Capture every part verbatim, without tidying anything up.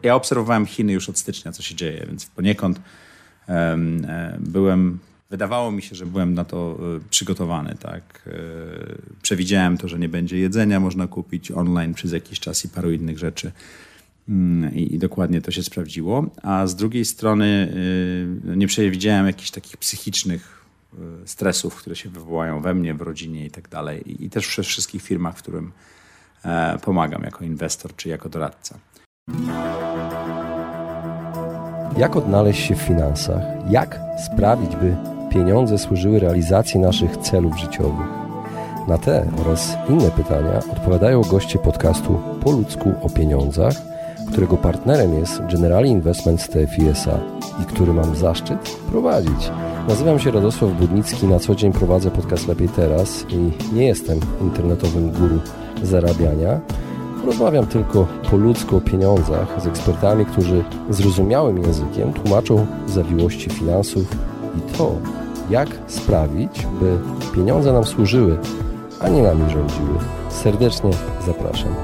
ja obserwowałem Chiny już od stycznia, co się dzieje, więc poniekąd um, byłem, wydawało mi się, że byłem na to przygotowany. Tak? Przewidziałem to, że nie będzie jedzenia można kupić online przez jakiś czas i paru innych rzeczy. I, I dokładnie to się sprawdziło. A z drugiej strony nie przewidziałem jakichś takich psychicznych stresów, które się wywołają we mnie, w rodzinie i tak dalej. I też we wszystkich firmach, w którym pomagam jako inwestor czy jako doradca. Jak odnaleźć się w finansach? Jak sprawić, by pieniądze służyły realizacji naszych celów życiowych? Na te oraz inne pytania odpowiadają goście podcastu Po ludzku o pieniądzach, którego partnerem jest Generali Investments T F I S A i który mam zaszczyt prowadzić. Nazywam się Radosław Budnicki, na co dzień prowadzę podcast Lepiej Teraz i nie jestem internetowym guru zarabiania. Rozmawiam tylko po ludzku o pieniądzach z ekspertami, którzy zrozumiałym językiem tłumaczą zawiłości finansów i to, jak sprawić, by pieniądze nam służyły, a nie nami rządziły. Serdecznie zapraszam.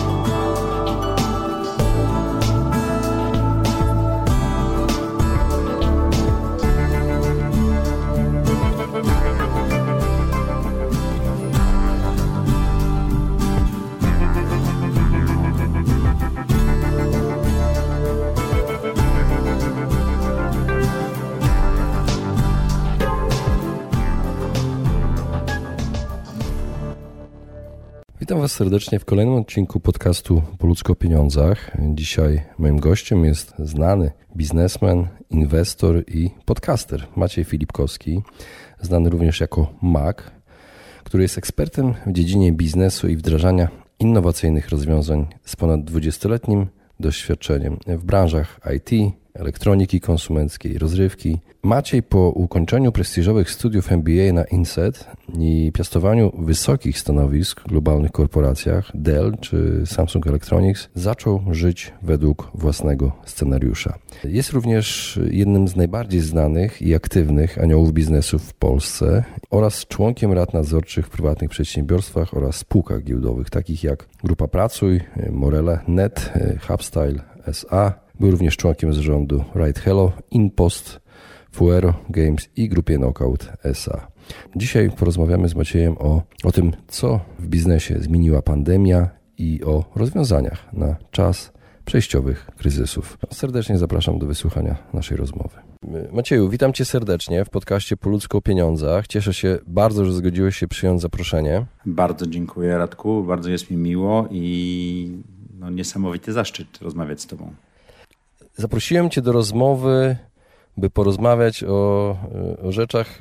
Witam Was serdecznie w kolejnym odcinku podcastu Po ludzku o pieniądzach. Dzisiaj moim gościem jest znany biznesmen, inwestor i podcaster Maciej Filipkowski, znany również jako Mac, który jest ekspertem w dziedzinie biznesu i wdrażania innowacyjnych rozwiązań z ponad dwudziestoletnim doświadczeniem w branżach I T, elektroniki konsumenckiej, rozrywki. Maciej po ukończeniu prestiżowych studiów M B A na INSEAD i piastowaniu wysokich stanowisk w globalnych korporacjach Dell czy Samsung Electronics zaczął żyć według własnego scenariusza. Jest również jednym z najbardziej znanych i aktywnych aniołów biznesu w Polsce oraz członkiem rad nadzorczych w prywatnych przedsiębiorstwach oraz spółkach giełdowych, takich jak Grupa Pracuj, Morele kropka net, Hubstyle S A. Był również członkiem zarządu Right Hello, InPost, Fuero Games i grupie Knockout S A. Dzisiaj porozmawiamy z Maciejem o, o tym, co w biznesie zmieniła pandemia i o rozwiązaniach na czas przejściowych kryzysów. Serdecznie zapraszam do wysłuchania naszej rozmowy. Macieju, witam Cię serdecznie w podcaście Po ludzku o pieniądzach. Cieszę się bardzo, że zgodziłeś się przyjąć zaproszenie. Bardzo dziękuję, Radku. Bardzo jest mi miło i no, niesamowity zaszczyt rozmawiać z Tobą. Zaprosiłem Cię do rozmowy, by porozmawiać o, o rzeczach,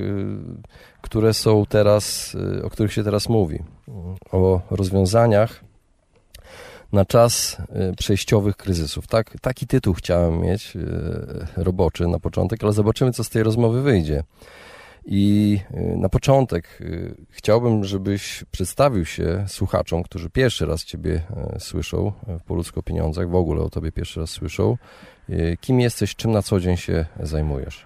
które są teraz, o których się teraz mówi. O rozwiązaniach na czas przejściowych kryzysów. Tak, taki tytuł chciałem mieć, roboczy na początek, ale zobaczymy, co z tej rozmowy wyjdzie. I na początek chciałbym, żebyś przedstawił się słuchaczom, którzy pierwszy raz Ciebie słyszą w Po ludzku o pieniądzach, w ogóle o Tobie pierwszy raz słyszą. Kim jesteś, czym na co dzień się zajmujesz?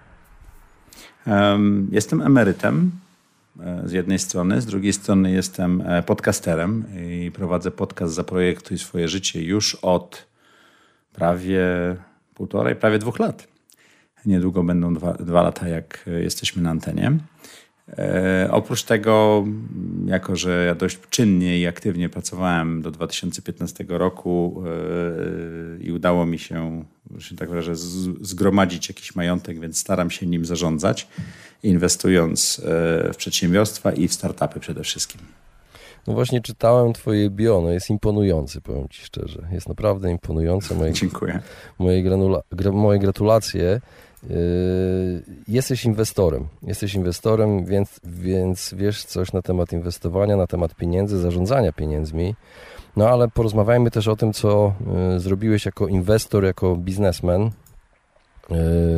Jestem emerytem z jednej strony, z drugiej strony jestem podcasterem i prowadzę podcast Zaprojektuj swoje życie już od prawie półtorej, prawie dwóch lat. Niedługo będą dwa, dwa lata, jak jesteśmy na antenie. E, oprócz tego, jako że ja dość czynnie i aktywnie pracowałem do dwa tysiące piętnastego roku e, i udało mi się, że tak wyrażę, zgromadzić jakiś majątek, więc staram się nim zarządzać, inwestując w przedsiębiorstwa i w startupy przede wszystkim. No właśnie czytałem Twoje bio, no jest imponujący, powiem Ci szczerze. Jest naprawdę imponujące. Moje, Dziękuję. Moje, granula, gra, moje gratulacje. Yy, jesteś inwestorem. Jesteś inwestorem, więc, więc wiesz coś na temat inwestowania, na temat pieniędzy, zarządzania pieniędzmi. No ale porozmawiajmy też o tym, co yy, zrobiłeś jako inwestor, jako biznesmen yy,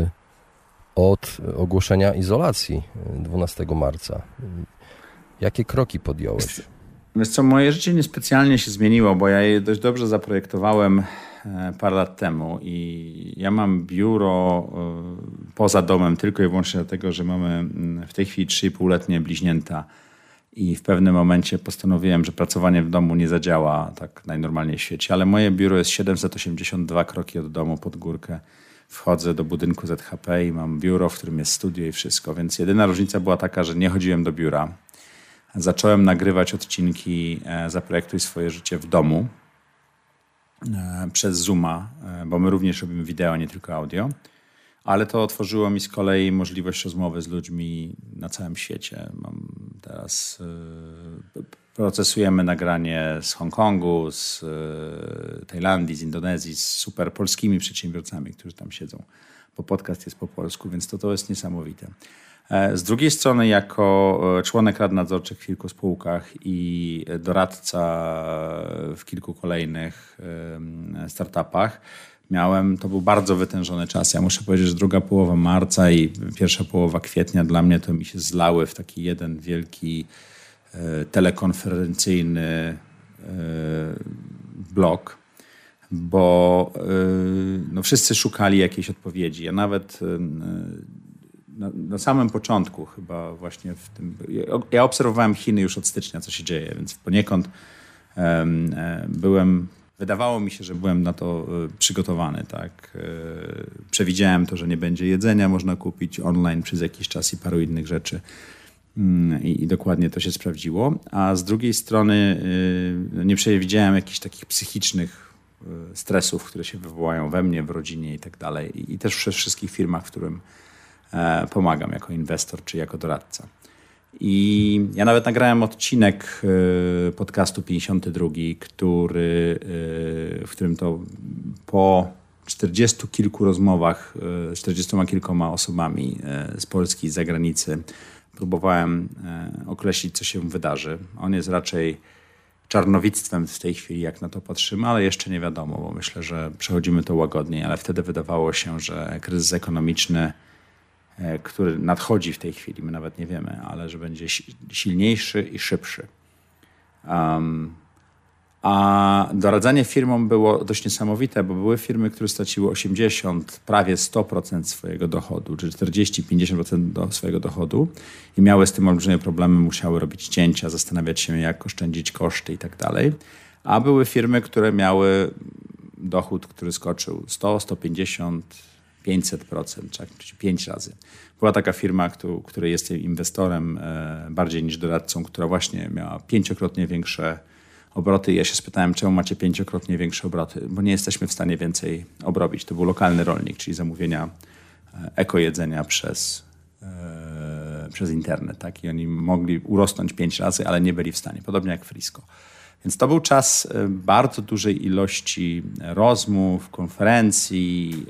od ogłoszenia izolacji dwunastego marca. Jakie kroki podjąłeś? Wiesz co, moje życie niespecjalnie się zmieniło, bo ja je dość dobrze zaprojektowałem parę lat temu i ja mam biuro poza domem tylko i wyłącznie dlatego, że mamy w tej chwili trzy i pół letnie bliźnięta i w pewnym momencie postanowiłem, że pracowanie w domu nie zadziała tak najnormalniej w świecie, ale moje biuro jest siedemset osiemdziesiąt dwa kroki od domu pod górkę. Wchodzę do budynku Z H P i mam biuro, w którym jest studio i wszystko, więc jedyna różnica była taka, że nie chodziłem do biura. Zacząłem nagrywać odcinki Zaprojektuj swoje życie w domu przez Zooma, bo my również robimy wideo, nie tylko audio. Ale to otworzyło mi z kolei możliwość rozmowy z ludźmi na całym świecie. Mam teraz y, procesujemy nagranie z Hongkongu, z y, Tajlandii, z Indonezji, z super polskimi przedsiębiorcami, którzy tam siedzą, bo podcast jest po polsku, więc to, to jest niesamowite. Z drugiej strony, jako członek rad nadzorczych w kilku spółkach i doradca w kilku kolejnych y, startupach, miałem, to był bardzo wytężony czas. Ja muszę powiedzieć, że druga połowa marca i pierwsza połowa kwietnia dla mnie to mi się zlały w taki jeden wielki e, telekonferencyjny e, blok, bo e, no, wszyscy szukali jakiejś odpowiedzi. Ja nawet e, na, na samym początku chyba właśnie w tym... Ja obserwowałem Chiny już od stycznia, co się dzieje, więc poniekąd e, e, byłem... Wydawało mi się, że byłem na to przygotowany. Tak? Przewidziałem to, że nie będzie jedzenia, można kupić online przez jakiś czas i paru innych rzeczy. I, i dokładnie to się sprawdziło. A z drugiej strony nie przewidziałem jakichś takich psychicznych stresów, które się wywołają we mnie, w rodzinie i tak dalej. I też we wszystkich firmach, w którym pomagam jako inwestor czy jako doradca. I ja nawet nagrałem odcinek podcastu pięćdziesiąty drugi, który, w którym to po czterdziestu kilku rozmowach z czterdziestoma kilkoma osobami z Polski i z zagranicy próbowałem określić, co się wydarzy. On jest raczej czarnowictwem w tej chwili, jak na to patrzymy, ale jeszcze nie wiadomo, bo myślę, że przechodzimy to łagodniej, ale wtedy wydawało się, że kryzys ekonomiczny, który nadchodzi w tej chwili, my nawet nie wiemy, ale że będzie silniejszy i szybszy. Um, a doradzanie firmom było dość niesamowite, bo były firmy, które straciły osiemdziesiąt, prawie sto procent swojego dochodu, czy czterdzieści do pięćdziesięciu procent do swojego dochodu i miały z tym olbrzymie problemy, musiały robić cięcia, zastanawiać się, jak oszczędzić koszty i tak dalej. A były firmy, które miały dochód, który skoczył sto, sto pięćdziesiąt, pięćset procent, czy pięć razy. Była taka firma, której jestem inwestorem bardziej niż doradcą, która właśnie miała pięciokrotnie większe obroty. I ja się spytałem, czemu macie pięciokrotnie większe obroty? Bo nie jesteśmy w stanie więcej obrobić. To był lokalny rolnik, czyli zamówienia ekojedzenia przez, e, przez internet. Tak? I oni mogli urosnąć pięć razy, ale nie byli w stanie. Podobnie jak Frisco. Więc to był czas bardzo dużej ilości rozmów, konferencji,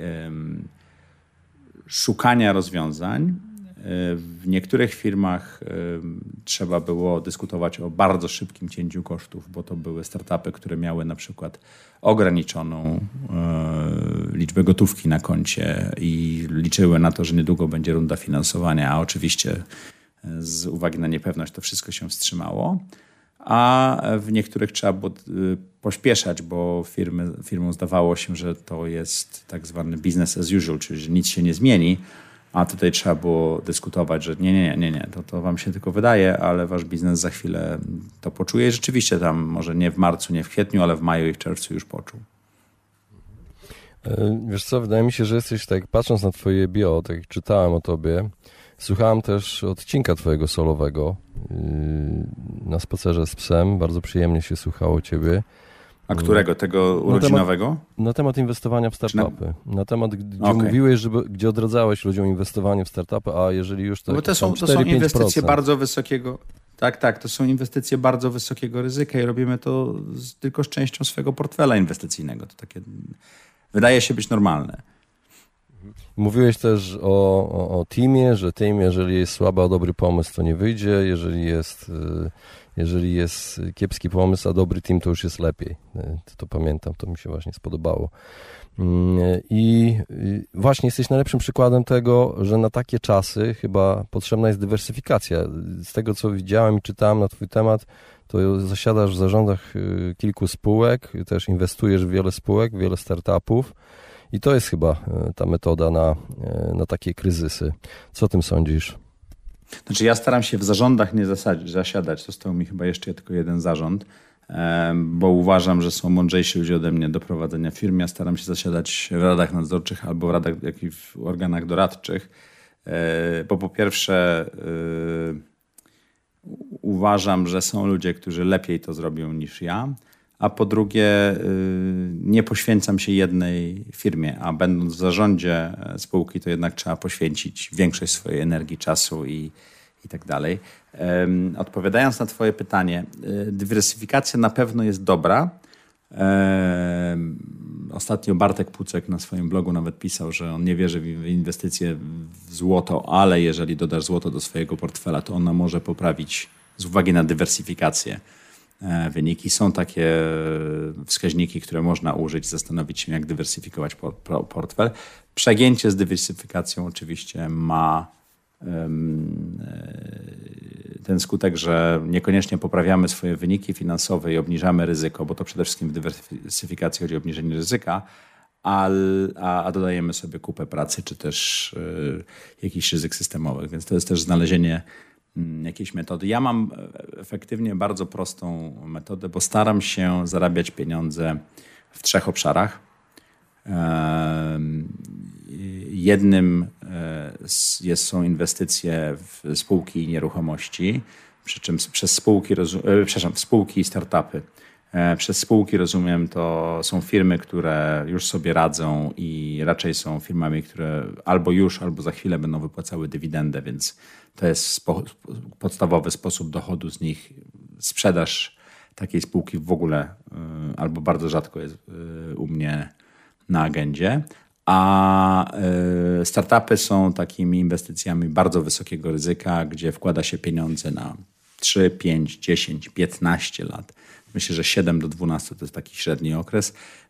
szukania rozwiązań. W niektórych firmach trzeba było dyskutować o bardzo szybkim cięciu kosztów, bo to były startupy, które miały na przykład ograniczoną liczbę gotówki na koncie i liczyły na to, że niedługo będzie runda finansowania, a oczywiście z uwagi na niepewność to wszystko się wstrzymało. A w niektórych trzeba było pośpieszać, bo firmy, firmom zdawało się, że to jest tak zwany business as usual, czyli że nic się nie zmieni, a tutaj trzeba było dyskutować, że nie, nie, nie, nie, to, to wam się tylko wydaje, ale wasz biznes za chwilę to poczuje i rzeczywiście tam może nie w marcu, nie w kwietniu, ale w maju i w czerwcu już poczuł. Wiesz co, wydaje mi się, że jesteś tak, patrząc na twoje bio, tak jak czytałem o tobie, słuchałem też odcinka twojego solowego na spacerze z psem. Bardzo przyjemnie się słuchało ciebie. A którego? Tego urodzinowego? Na temat, na temat inwestowania w startupy. Na, na temat, gdzie okay. mówiłeś, żeby, gdzie odradzałeś ludziom inwestowanie w startupy, a jeżeli już to... No bo to są, to są inwestycje bardzo wysokiego... Tak, tak. To są inwestycje bardzo wysokiego ryzyka i robimy to z, tylko z częścią swojego portfela inwestycyjnego. To takie wydaje się być normalne. Mówiłeś też o, o, o teamie, że team, jeżeli jest słaby, a dobry pomysł, to nie wyjdzie. Jeżeli jest, jeżeli jest kiepski pomysł, a dobry team, to już jest lepiej. To, to pamiętam, to mi się właśnie spodobało. I właśnie jesteś najlepszym przykładem tego, że na takie czasy chyba potrzebna jest dywersyfikacja. Z tego, co widziałem i czytałem na twój temat, to zasiadasz w zarządach kilku spółek, też inwestujesz w wiele spółek, w wiele startupów. I to jest chyba ta metoda na, na takie kryzysy. Co o tym sądzisz? Znaczy ja staram się w zarządach nie zasadzić, zasiadać. Został mi chyba jeszcze tylko jeden zarząd, bo uważam, że są mądrzejsi ludzie ode mnie do prowadzenia firm. Ja staram się zasiadać w radach nadzorczych albo w radach, jak i w organach doradczych, bo po pierwsze uważam, że są ludzie, którzy lepiej to zrobią niż ja, a po drugie nie poświęcam się jednej firmie, a będąc w zarządzie spółki, to jednak trzeba poświęcić większość swojej energii, czasu i, i tak dalej. Odpowiadając na twoje pytanie, dywersyfikacja na pewno jest dobra. Ostatnio Bartek Pucek na swoim blogu nawet pisał, że on nie wierzy w inwestycje w złoto, ale jeżeli dodasz złoto do swojego portfela, to ona może poprawić z uwagi na dywersyfikację wyniki. Są takie wskaźniki, które można użyć, zastanowić się, jak dywersyfikować portfel. Przegięcie z dywersyfikacją oczywiście ma ten skutek, że niekoniecznie poprawiamy swoje wyniki finansowe i obniżamy ryzyko, bo to przede wszystkim w dywersyfikacji chodzi o obniżenie ryzyka, a, a, a dodajemy sobie kupę pracy czy też y, jakichś ryzyk systemowych. Więc to jest też znalezienie y, jakiejś metody. Ja mam efektywnie bardzo prostą metodę, bo staram się zarabiać pieniądze w trzech obszarach. Y, Jednym jest, są inwestycje w spółki i nieruchomości, przy czym przez spółki, przepraszam, w spółki i startupy. Przez spółki rozumiem, to są firmy, które już sobie radzą i raczej są firmami, które albo już, albo za chwilę będą wypłacały dywidendę, więc to jest spo, podstawowy sposób dochodu z nich. Sprzedaż takiej spółki w ogóle albo bardzo rzadko jest u mnie na agendzie. A startupy są takimi inwestycjami bardzo wysokiego ryzyka, gdzie wkłada się pieniądze na trzy, pięć, dziesięć, piętnaście lat. Myślę, że siedem do dwunastu to jest taki średni okres.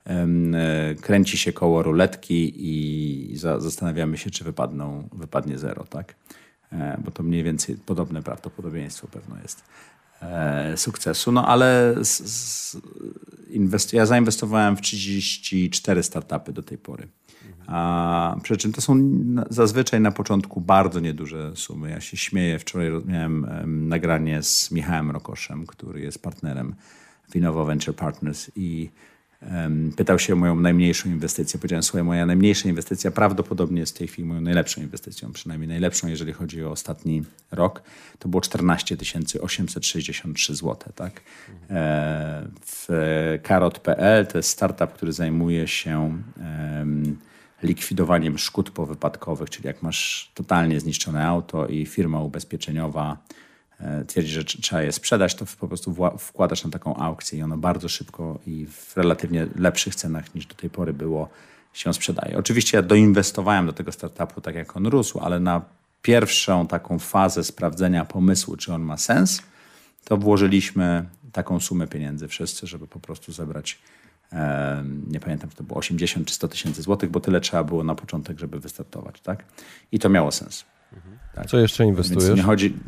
Kręci się koło ruletki i zastanawiamy się, czy wypadną, wypadnie zero, tak? Bo to mniej więcej podobne prawdopodobieństwo pewno jest sukcesu. No ale z, z, inwest- ja zainwestowałem w trzydzieści cztery startupy do tej pory. A przy czym to są zazwyczaj na początku bardzo nieduże sumy. Ja się śmieję. Wczoraj miałem nagranie z Michałem Rokoszem, który jest partnerem w Innovo Venture Partners i um, pytał się o moją najmniejszą inwestycję. Powiedziałem, słuchaj, moja najmniejsza inwestycja prawdopodobnie jest w tej chwili moją najlepszą inwestycją, przynajmniej najlepszą, jeżeli chodzi o ostatni rok. To było czternaście tysięcy osiemset sześćdziesiąt trzy złote. Tak? E, w Karot kropka pe el to jest startup, który zajmuje się um, likwidowaniem szkód powypadkowych, czyli jak masz totalnie zniszczone auto i firma ubezpieczeniowa twierdzi, że trzeba je sprzedać, to po prostu wkładasz na taką aukcję i ono bardzo szybko i w relatywnie lepszych cenach niż do tej pory było się sprzedaje. Oczywiście ja doinwestowałem do tego startupu tak jak on rósł, ale na pierwszą taką fazę sprawdzenia pomysłu, czy on ma sens, to włożyliśmy taką sumę pieniędzy wszyscy, żeby po prostu zebrać nie pamiętam, czy to było osiemdziesiąt czy sto tysięcy złotych, bo tyle trzeba było na początek, żeby wystartować. Tak? I to miało sens. Mhm. Tak. Co jeszcze inwestujesz? Więc nie chodzi...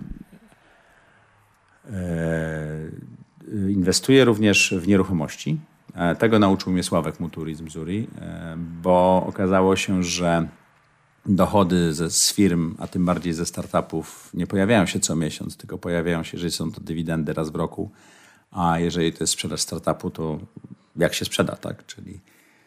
Inwestuję również w nieruchomości. Tego nauczył mnie Sławek Muturi z Missouri, bo okazało się, że dochody ze, z firm, a tym bardziej ze startupów nie pojawiają się co miesiąc, tylko pojawiają się, jeżeli są to dywidendy raz w roku, a jeżeli to jest sprzedaż startupu, to jak się sprzeda, tak? Czyli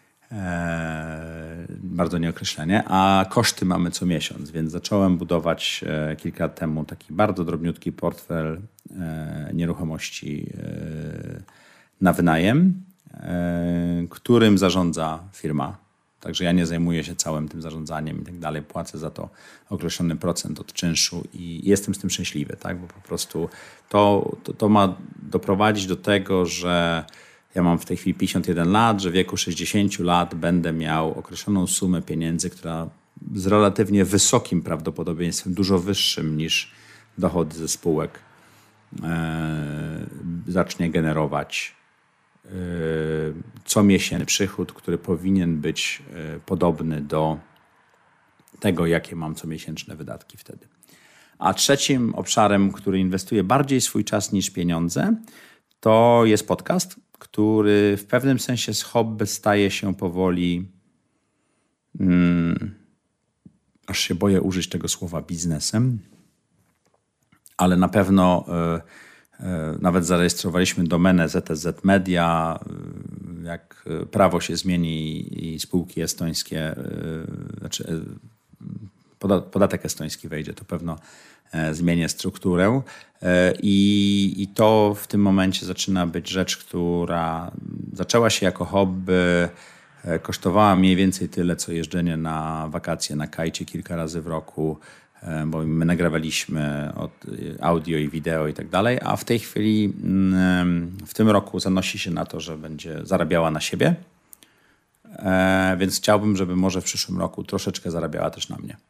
e, bardzo nieokreślenie, a koszty mamy co miesiąc, więc zacząłem budować e, kilka lat temu taki bardzo drobniutki portfel e, nieruchomości e, na wynajem, e, którym zarządza firma. Także ja nie zajmuję się całym tym zarządzaniem i tak dalej. Płacę za to określony procent od czynszu i jestem z tym szczęśliwy, tak? Bo po prostu to, to, to ma doprowadzić do tego, że ja mam w tej chwili pięćdziesiąt jeden lat, że w wieku sześćdziesięciu lat będę miał określoną sumę pieniędzy, która z relatywnie wysokim prawdopodobieństwem, dużo wyższym niż dochody ze spółek, e, zacznie generować e, co miesięczny przychód, który powinien być e, podobny do tego, jakie mam comiesięczne wydatki wtedy. A trzecim obszarem, który inwestuje bardziej swój czas niż pieniądze, to jest podcast, który w pewnym sensie z hobby staje się powoli, hmm, aż się boję użyć tego słowa, biznesem. ale na pewno nawet zarejestrowaliśmy domenę Z S Z Media. Jak prawo się zmieni i spółki estońskie, znaczy podatek estoński wejdzie, to pewno zmienię strukturę. I, I to w tym momencie zaczyna być rzecz, która zaczęła się jako hobby, kosztowała mniej więcej tyle, co jeżdżenie na wakacje na kajcie kilka razy w roku, bo my nagrywaliśmy audio i wideo i tak dalej, a w tej chwili w tym roku zanosi się na to, że będzie zarabiała na siebie, więc chciałbym, żeby może w przyszłym roku troszeczkę zarabiała też na mnie.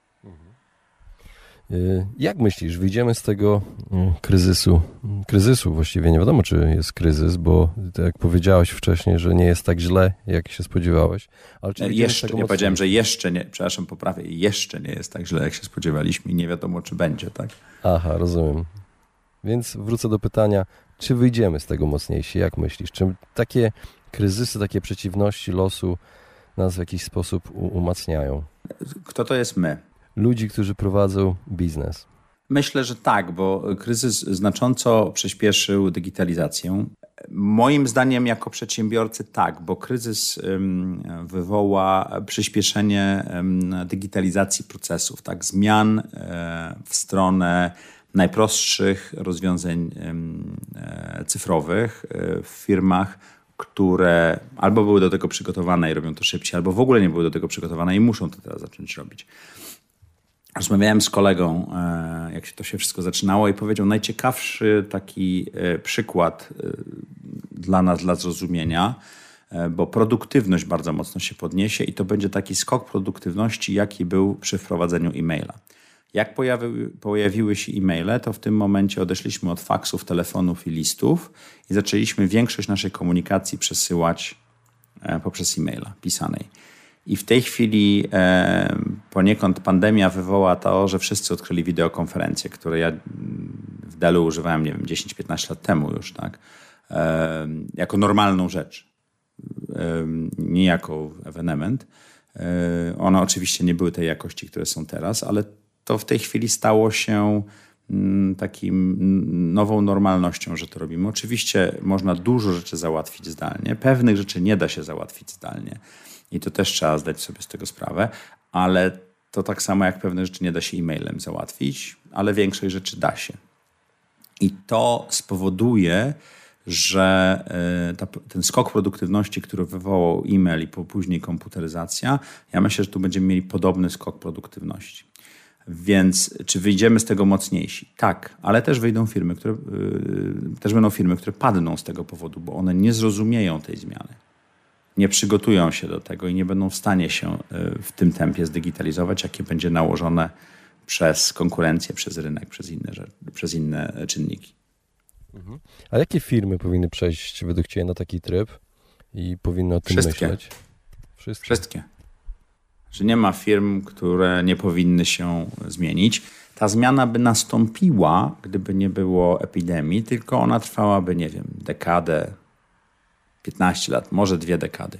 Jak myślisz, wyjdziemy z tego kryzysu? Kryzysu właściwie nie wiadomo, czy jest kryzys, bo tak jak powiedziałeś wcześniej, że nie jest tak źle, jak się spodziewałeś. Ale czy jeszcze, ja powiedziałem, że jeszcze nie, przepraszam, poprawię, jeszcze nie jest tak źle, jak się spodziewaliśmy i nie wiadomo, czy będzie, tak? Aha, rozumiem. Więc wrócę do pytania, czy wyjdziemy z tego mocniejsi? Jak myślisz? Czy takie kryzysy, takie przeciwności losu nas w jakiś sposób umacniają? Kto to jest my? Ludzi, którzy prowadzą biznes. Myślę, że tak, bo kryzys znacząco przyspieszył digitalizację. Moim zdaniem jako przedsiębiorcy tak, bo kryzys wywoła przyspieszenie digitalizacji procesów, tak, zmian w stronę najprostszych rozwiązań cyfrowych w firmach, które albo były do tego przygotowane i robią to szybciej, albo w ogóle nie były do tego przygotowane i muszą to teraz zacząć robić. Rozmawiałem z kolegą, jak się to się wszystko zaczynało i powiedział, najciekawszy taki przykład dla nas, dla zrozumienia, bo produktywność bardzo mocno się podniesie i to będzie taki skok produktywności, jaki był przy wprowadzeniu e-maila. Jak pojawi, pojawiły się e-maile, to w tym momencie odeszliśmy od faksów, telefonów i listów i zaczęliśmy większość naszej komunikacji przesyłać poprzez e-maila pisanej. I w tej chwili e, poniekąd pandemia wywoła to, że wszyscy odkryli wideokonferencje, które ja w Dellu używałem, nie wiem, dziesięć piętnaście lat temu już, tak, e, jako normalną rzecz, e, nie jako ewenement. E, one oczywiście nie były tej jakości, które są teraz, ale to w tej chwili stało się m, takim nową normalnością, że to robimy. Oczywiście można dużo rzeczy załatwić zdalnie, pewnych rzeczy nie da się załatwić zdalnie. I to też trzeba zdać sobie z tego sprawę, ale to tak samo jak pewne rzeczy nie da się e-mailem załatwić, ale większość rzeczy da się. I to spowoduje, że ta, ten skok produktywności, który wywołał e-mail i później komputeryzacja, ja myślę, że tu będziemy mieli podobny skok produktywności. Więc czy wyjdziemy z tego mocniejsi? Tak, ale też wyjdą firmy, które, yy, też będą firmy, które padną z tego powodu, bo one nie zrozumieją tej zmiany. Nie przygotują się do tego i nie będą w stanie się w tym tempie zdigitalizować, jakie będzie nałożone przez konkurencję, przez rynek, przez inne, przez inne czynniki. Mhm. A jakie firmy powinny przejść według Ciebie na taki tryb i powinny o tym Wszystkie. myśleć? Wszystkie. Wszystkie. Że nie ma firm, które nie powinny się zmienić. Ta zmiana by nastąpiła, gdyby nie było epidemii, tylko ona trwałaby, nie wiem, dekadę, piętnaście lat, może dwie dekady.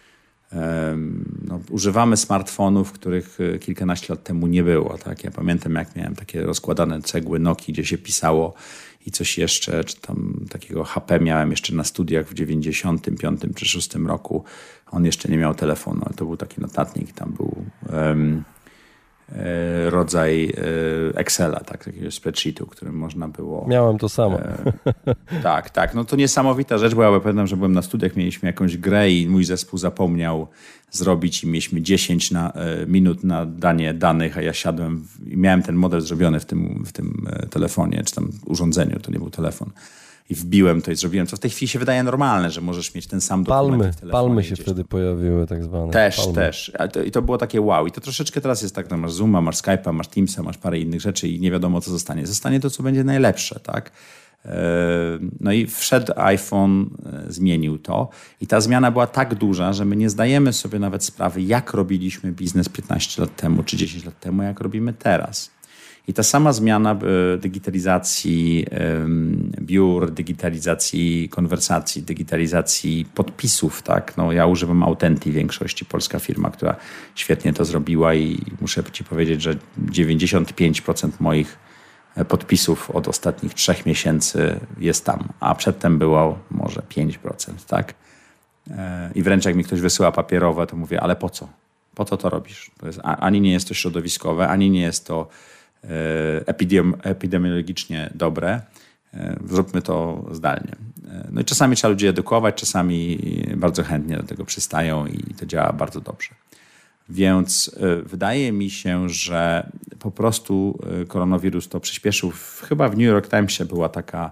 No, używamy smartfonów, których kilkanaście lat temu nie było. Tak? Ja pamiętam, jak miałem takie rozkładane cegły Nokii, gdzie się pisało i coś jeszcze, czy tam takiego H P miałem jeszcze na studiach w dziewięćdziesiątym piątym czy szóstym roku. On jeszcze nie miał telefonu, ale to był taki notatnik, tam był um, e, rodzaj e, Excela, tak, takiego spreadsheetu, którym można było... Miałem to samo. E, tak, tak. No to niesamowita rzecz, bo ja pamiętam, że byłem na studiach, mieliśmy jakąś grę i mój zespół zapomniał zrobić i mieliśmy dziesięć na, e, minut na danie danych, a ja siadłem w, i miałem ten model zrobiony w tym, w tym telefonie, czy tam urządzeniu, to nie był telefon. I wbiłem to i zrobiłem, co w tej chwili się wydaje normalne, że możesz mieć ten sam dokument palmy, w telefonie. Palmy się wtedy pojawiły tak zwane. Też, palmy. też. To, I to było takie wow. I to troszeczkę teraz jest tak, no masz Zooma, masz Skype'a, masz Teamsa, masz parę innych rzeczy i nie wiadomo, co zostanie. Zostanie to, co będzie najlepsze, tak? No i wszedł iPhone, zmienił to i ta zmiana była tak duża, że my nie zdajemy sobie nawet sprawy, jak robiliśmy biznes piętnaście lat temu czy dziesięć lat temu, jak robimy teraz. I ta sama zmiana digitalizacji biur, digitalizacji konwersacji, digitalizacji podpisów, tak? No, ja używam Authenti w większości, polska firma, która świetnie to zrobiła i muszę ci powiedzieć, że dziewięćdziesiąt pięć procent moich podpisów od ostatnich trzech miesięcy jest tam, a przedtem było może pięć procent, tak? I wręcz jak mi ktoś wysyła papierowe, to mówię, ale po co? Po co to robisz? To jest, ani nie jest to środowiskowe, ani nie jest to epidemi- epidemiologicznie dobre. Zróbmy to zdalnie. No i czasami trzeba ludzi edukować, czasami bardzo chętnie do tego przystają i to działa bardzo dobrze. Więc wydaje mi się, że po prostu koronawirus to przyspieszył. Chyba w New York Timesie była taka,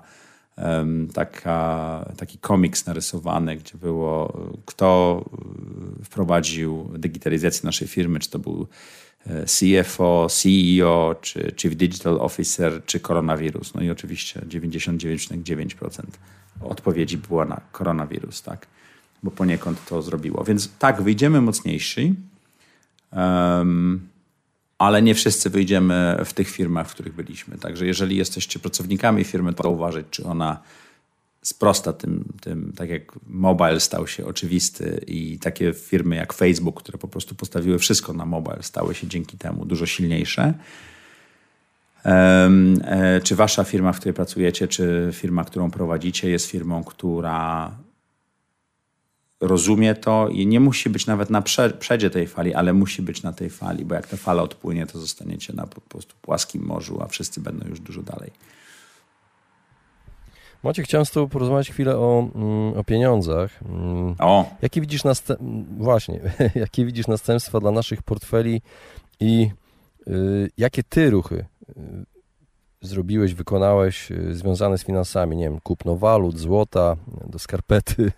taka, taki komiks narysowany, gdzie było, kto wprowadził digitalizację naszej firmy, czy to był C F O, C E O, czy Chief Digital Officer, czy koronawirus. No i oczywiście dziewięćdziesiąt dziewięć przecinek dziewięć procent odpowiedzi była na koronawirus, tak? Bo poniekąd to zrobiło. Więc tak, wyjdziemy mocniejsi, um, ale nie wszyscy wyjdziemy w tych firmach, w których byliśmy. Także jeżeli jesteście pracownikami firmy, to uważać, czy ona sprosta tym, tym, tak jak mobile stał się oczywisty i takie firmy jak Facebook, które po prostu postawiły wszystko na mobile, stały się dzięki temu dużo silniejsze. Um, e, czy wasza firma, w której pracujecie, czy firma, którą prowadzicie, jest firmą, która rozumie to i nie musi być nawet na prze, przedzie tej fali, ale musi być na tej fali, bo jak ta fala odpłynie, to zostaniecie na po prostu płaskim morzu, a wszyscy będą już dużo dalej. Maciek, chciałem z Tobą porozmawiać chwilę o, o pieniądzach. O. Jakie widzisz następ... Właśnie, jakie widzisz następstwa dla naszych portfeli i y, jakie Ty ruchy y, zrobiłeś, wykonałeś y, związane z finansami? Nie wiem, kupno walut, złota, do skarpety.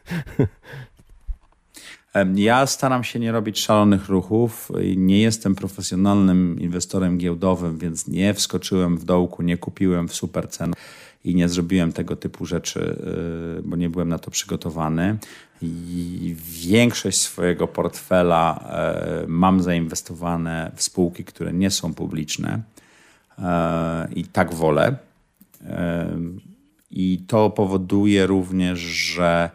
Ja staram się nie robić szalonych ruchów. Nie jestem profesjonalnym inwestorem giełdowym, więc nie wskoczyłem w dołku, nie kupiłem w super cenę i nie zrobiłem tego typu rzeczy, bo nie byłem na to przygotowany. I większość swojego portfela mam zainwestowane w spółki, które nie są publiczne i tak wolę. I to powoduje również, że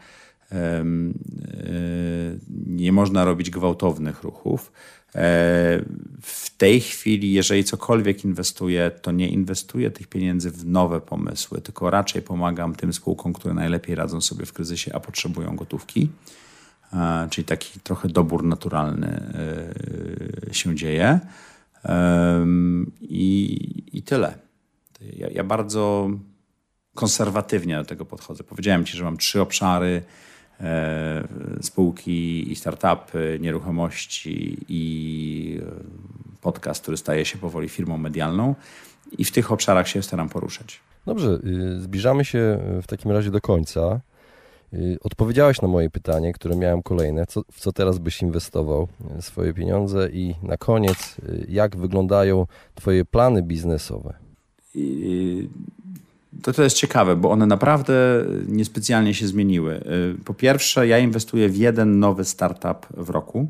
nie można robić gwałtownych ruchów. W tej chwili, jeżeli cokolwiek inwestuję, to nie inwestuję tych pieniędzy w nowe pomysły, tylko raczej pomagam tym spółkom, które najlepiej radzą sobie w kryzysie, a potrzebują gotówki. Czyli taki trochę dobór naturalny się dzieje. I, i tyle. Ja, ja bardzo konserwatywnie do tego podchodzę. Powiedziałem ci, że mam trzy obszary: spółki i startupy, nieruchomości i podcast, który staje się powoli firmą medialną, i w tych obszarach się staram poruszać. Dobrze, zbliżamy się w takim razie do końca. Odpowiedziałeś na moje pytanie, które miałem kolejne. Co, w co teraz byś inwestował swoje pieniądze? I na koniec, jak wyglądają Twoje plany biznesowe? I... To, to jest ciekawe, bo one naprawdę niespecjalnie się zmieniły. Po pierwsze, ja inwestuję w jeden nowy startup w roku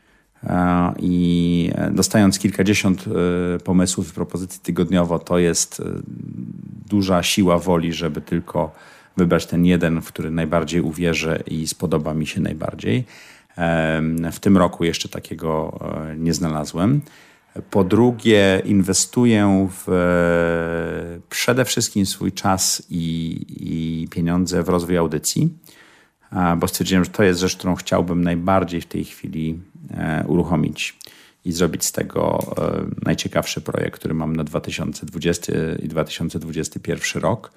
i dostając kilkadziesiąt pomysłów i propozycji tygodniowo, to jest duża siła woli, żeby tylko wybrać ten jeden, w który najbardziej uwierzę i spodoba mi się najbardziej. W tym roku jeszcze takiego nie znalazłem. Po drugie, inwestuję w, przede wszystkim swój czas i, i pieniądze w rozwój audycji, bo stwierdziłem, że to jest rzecz, którą chciałbym najbardziej w tej chwili uruchomić i zrobić z tego najciekawszy projekt, który mam na dwa tysiące dwudziesty i dwa tysiące dwudziesty pierwszy rok.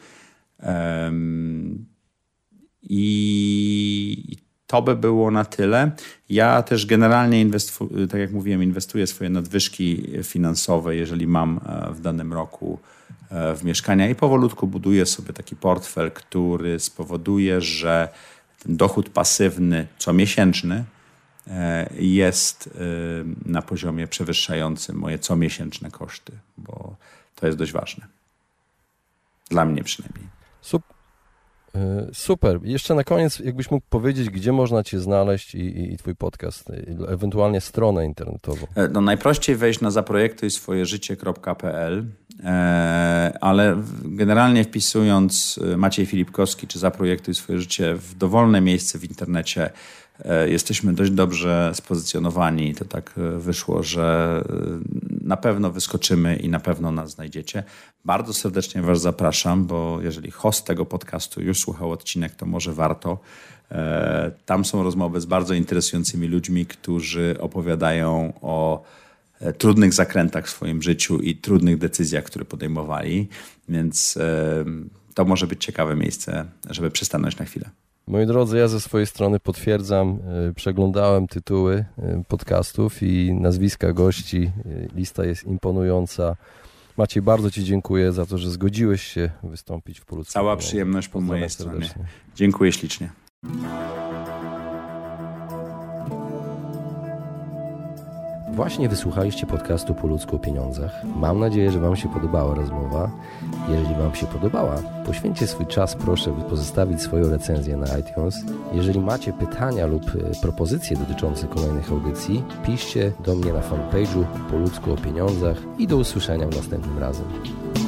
I to by było na tyle. Ja też generalnie, inwestu- tak jak mówiłem, inwestuję swoje nadwyżki finansowe, jeżeli mam w danym roku w mieszkania, i powolutku buduję sobie taki portfel, który spowoduje, że ten dochód pasywny comiesięczny jest na poziomie przewyższającym moje comiesięczne koszty, bo to jest dość ważne. Dla mnie przynajmniej. Super. Super. Jeszcze na koniec, jakbyś mógł powiedzieć, gdzie można Cię znaleźć i, i, i Twój podcast, ewentualnie stronę internetową. No, najprościej wejść na zaprojektuj swoje życie kropka p l, ale generalnie wpisując Maciej Filipkowski czy Zaprojektuj swoje życie w dowolne miejsce w internecie, jesteśmy dość dobrze spozycjonowani. To tak wyszło, że na pewno wyskoczymy i na pewno nas znajdziecie. Bardzo serdecznie Was zapraszam, bo jeżeli host tego podcastu już słuchał odcinek, to może warto. Tam są rozmowy z bardzo interesującymi ludźmi, którzy opowiadają o trudnych zakrętach w swoim życiu i trudnych decyzjach, które podejmowali, więc to może być ciekawe miejsce, żeby przystanąć na chwilę. Moi drodzy, ja ze swojej strony potwierdzam, przeglądałem tytuły podcastów i nazwiska gości, lista jest imponująca. Maciej, bardzo Ci dziękuję za to, że zgodziłeś się wystąpić w Poluckim. Cała przyjemność po mojej stronie. Dziękuję ślicznie. Właśnie wysłuchaliście podcastu Po ludzku o pieniądzach. Mam nadzieję, że Wam się podobała rozmowa. Jeżeli Wam się podobała, poświęćcie swój czas, proszę, by pozostawić swoją recenzję na iTunes. Jeżeli macie pytania lub propozycje dotyczące kolejnych audycji, piszcie do mnie na fanpage'u Po ludzku o pieniądzach i do usłyszenia następnym razem.